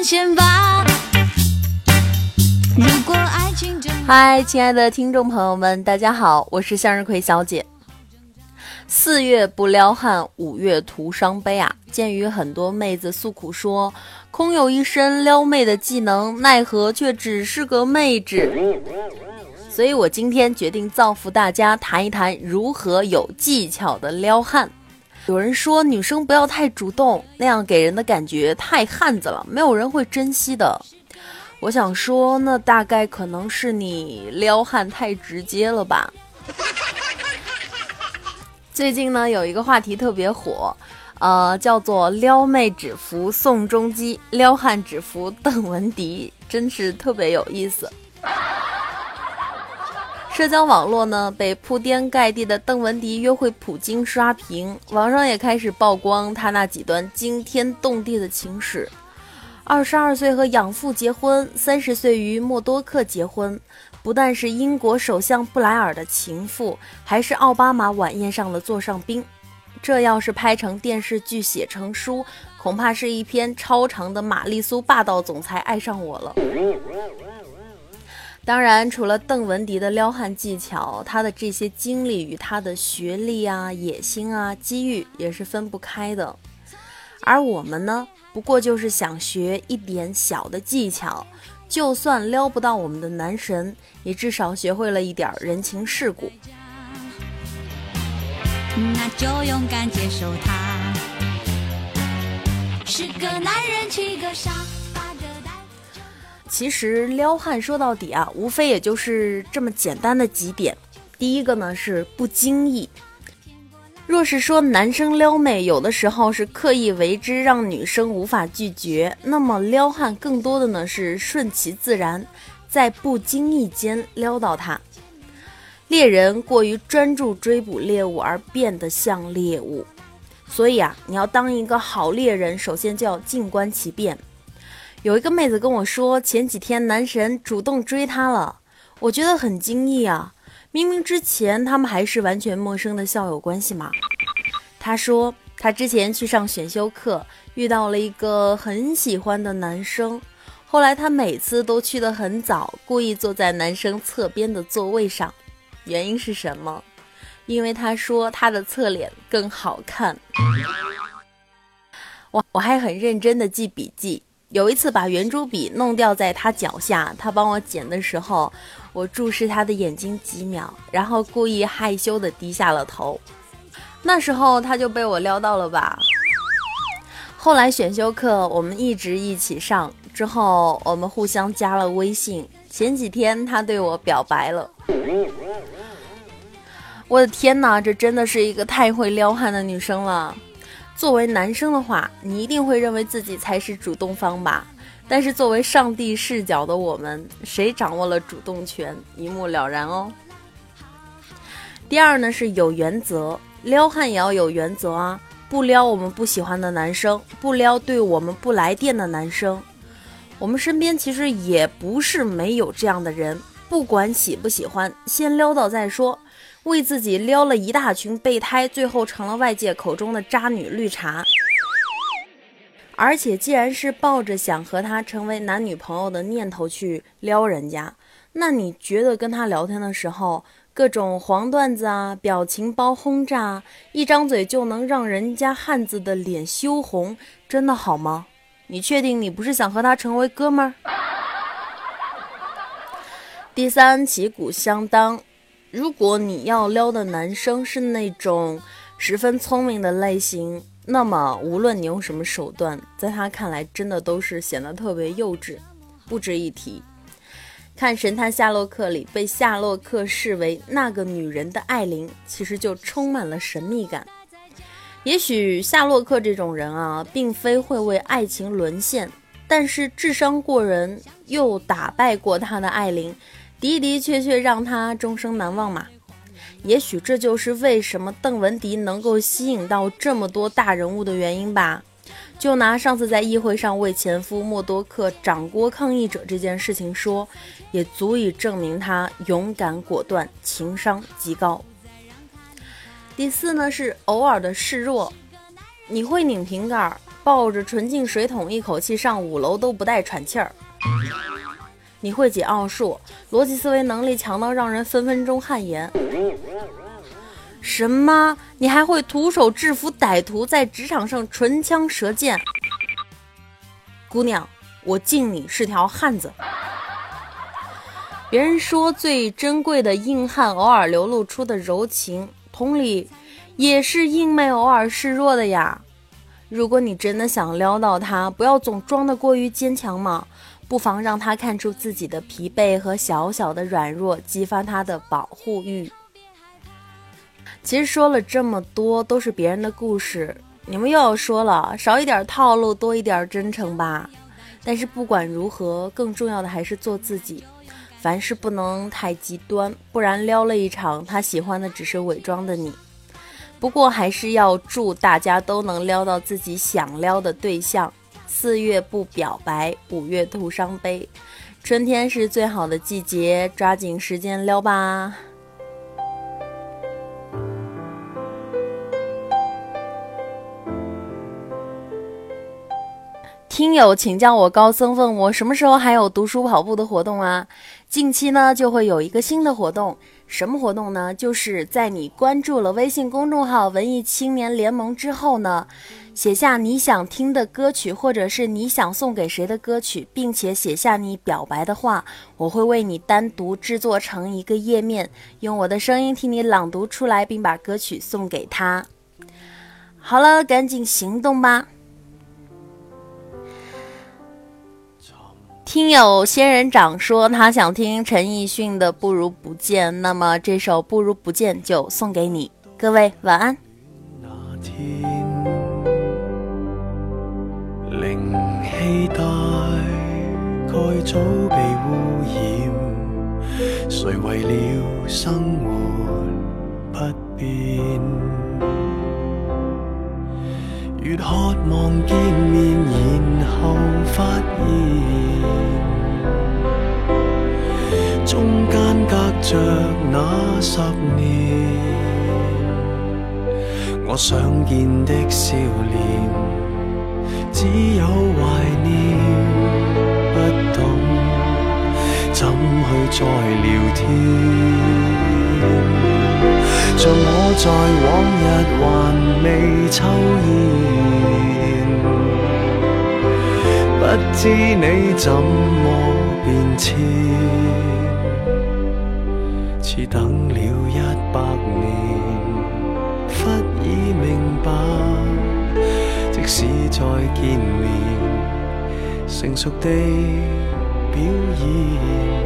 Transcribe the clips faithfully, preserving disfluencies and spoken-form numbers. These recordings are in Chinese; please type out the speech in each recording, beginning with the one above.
断线吧。如果爱情真…… 嗨，亲爱的听众朋友们，大家好，我是向日葵小姐。四月不撩汉，五月徒伤悲啊！鉴于很多妹子诉苦说，空有一身撩妹的技能，奈何却只是个妹纸。所以我今天决定造福大家，谈一谈如何有技巧的撩汉。有人说女生不要太主动，那样给人的感觉太汉子了，没有人会珍惜的。我想说，那大概可能是你撩汉太直接了吧。最近呢，有一个话题特别火，呃，叫做撩妹只服宋仲基，撩汉只服邓文迪，真是特别有意思。社交网络呢，被铺天盖地的邓文迪约会普京刷屏，网上也开始曝光他那几段惊天动地的情史。二十二岁和养父结婚，三十岁于默多克结婚，不但是英国首相布莱尔的情妇，还是奥巴马晚宴上的座上宾。这要是拍成电视剧写成书，恐怕是一篇超长的玛丽苏霸道总裁爱上我了。当然，除了邓文迪的撩汉技巧，他的这些经历与他的学历啊、野心啊、机遇也是分不开的。而我们呢，不过就是想学一点小的技巧，就算撩不到我们的男神，也至少学会了一点人情世故。 那就勇敢接受他，是个男人气个傻。 其实撩汉说到底啊，无非也就是这么简单的几点。第一个呢是不经意。若是说男生撩妹有的时候是刻意为之，让女生无法拒绝，那么撩汉更多的呢是顺其自然，在不经意间撩到他。猎人过于专注追捕猎物而变得像猎物，所以啊，你要当一个好猎人，首先就要静观其变。有一个妹子跟我说，前几天男神主动追她了，我觉得很惊异啊，明明之前他们还是完全陌生的校友关系嘛。她说她之前去上选修课，遇到了一个很喜欢的男生，后来她每次都去得很早，故意坐在男生侧边的座位上。原因是什么？因为她说她的侧脸更好看。我我还很认真的记笔记，有一次把圆珠笔弄掉在他脚下，他帮我捡的时候，我注视他的眼睛几秒，然后故意害羞地低下了头。那时候他就被我撩到了吧。后来选修课我们一直一起上，之后我们互相加了微信，前几天他对我表白了。我的天哪，这真的是一个太会撩汉的女生了。作为男生的话，你一定会认为自己才是主动方吧，但是作为上帝视角的我们，谁掌握了主动权，一目了然哦。第二呢是有原则，撩汉也要有原则啊，不撩我们不喜欢的男生，不撩对我们不来电的男生。我们身边其实也不是没有这样的人，不管喜不喜欢，先撩到再说，为自己撩了一大群备胎，最后成了外界口中的渣女绿茶。而且既然是抱着想和他成为男女朋友的念头去撩人家，那你觉得跟他聊天的时候，各种黄段子啊、表情包轰炸，一张嘴就能让人家汉子的脸羞红，真的好吗？你确定你不是想和他成为哥们儿？第三，旗鼓相当。如果你要撩的男生是那种十分聪明的类型，那么无论你用什么手段，在他看来真的都是显得特别幼稚，不值一提。看神探夏洛克里被夏洛克视为那个女人的艾琳，其实就充满了神秘感。也许夏洛克这种人啊，并非会为爱情沦陷，但是智商过人又打败过他的艾琳，的的确确让他终生难忘嘛。也许这就是为什么邓文迪能够吸引到这么多大人物的原因吧。就拿上次在议会上为前夫默多克掌掴抗议者这件事情说，也足以证明他勇敢果断，情商极高。第四呢是偶尔的示弱，你会拧瓶盖， 抱着纯净水桶一口气上五楼都不带喘气儿。你会解奥数，逻辑思维能力强到让人分分钟汗颜。什么？你还会徒手制服歹徒，在职场上唇枪舌剑？姑娘，我敬你是条汉子。别人说最珍贵的硬汉偶尔流露出的柔情，同理也是硬妹偶尔示弱的呀。如果你真的想撩到他，不要总装得过于坚强嘛，不妨让他看出自己的疲惫和小小的软弱，激发他的保护欲。其实说了这么多都是别人的故事，你们又要说了，少一点套路，多一点真诚吧。但是不管如何，更重要的还是做自己，凡事不能太极端，不然撩了一场，他喜欢的只是伪装的你。不过还是要祝大家都能撩到自己想撩的对象。四月不表白，五月徒伤悲，春天是最好的季节，抓紧时间撩吧。听友请叫我高僧，问我什么时候还有读书跑步的活动啊？近期呢就会有一个新的活动，什么活动呢？就是在你关注了微信公众号文艺青年联盟之后呢，写下你想听的歌曲，或者是你想送给谁的歌曲，并且写下你表白的话，我会为你单独制作成一个页面，用我的声音替你朗读出来，并把歌曲送给他。好了，赶紧行动吧。听友仙人掌说他想听陈奕迅的不如不见，那么这首不如不见就送给你，各位晚安。 那天靈氣大概早被污染，誰為了生活不變，越渴望見面，然後發現中間隔着那十年，我想見的笑臉只有懷念，不懂怎去再聊天，像我在往日還未抽煙，不知你怎麼變遷，似等了一百年，忽已明白，即使再見面，成熟地表現，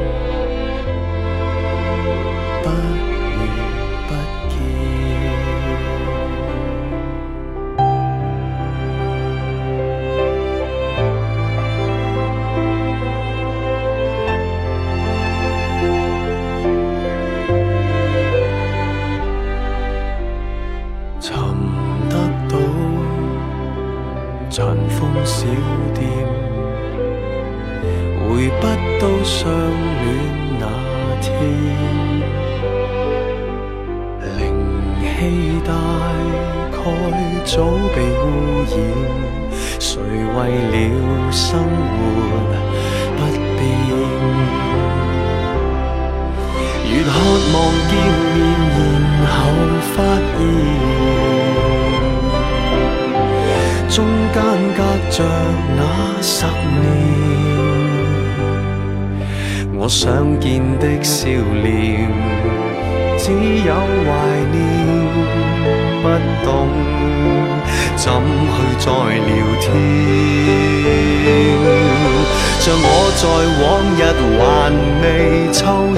不如不見。尋得到塵封小店，回不到相戀那天，靈氣大概早被污染，誰為了生活不變，越渴望見面，然後發現中間隔着那十年，我想見的笑臉只有懷念，不懂怎去再聊天，像我在往日還未抽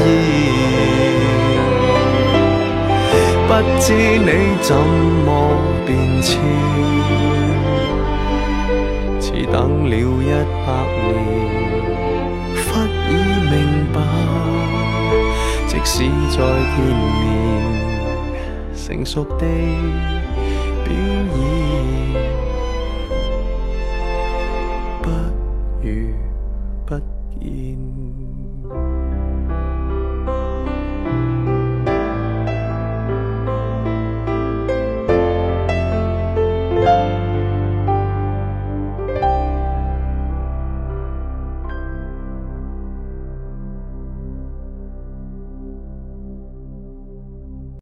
煙，不知你怎麼變遷，似等了一百年，忽已明白，即使再見面，成熟地表演。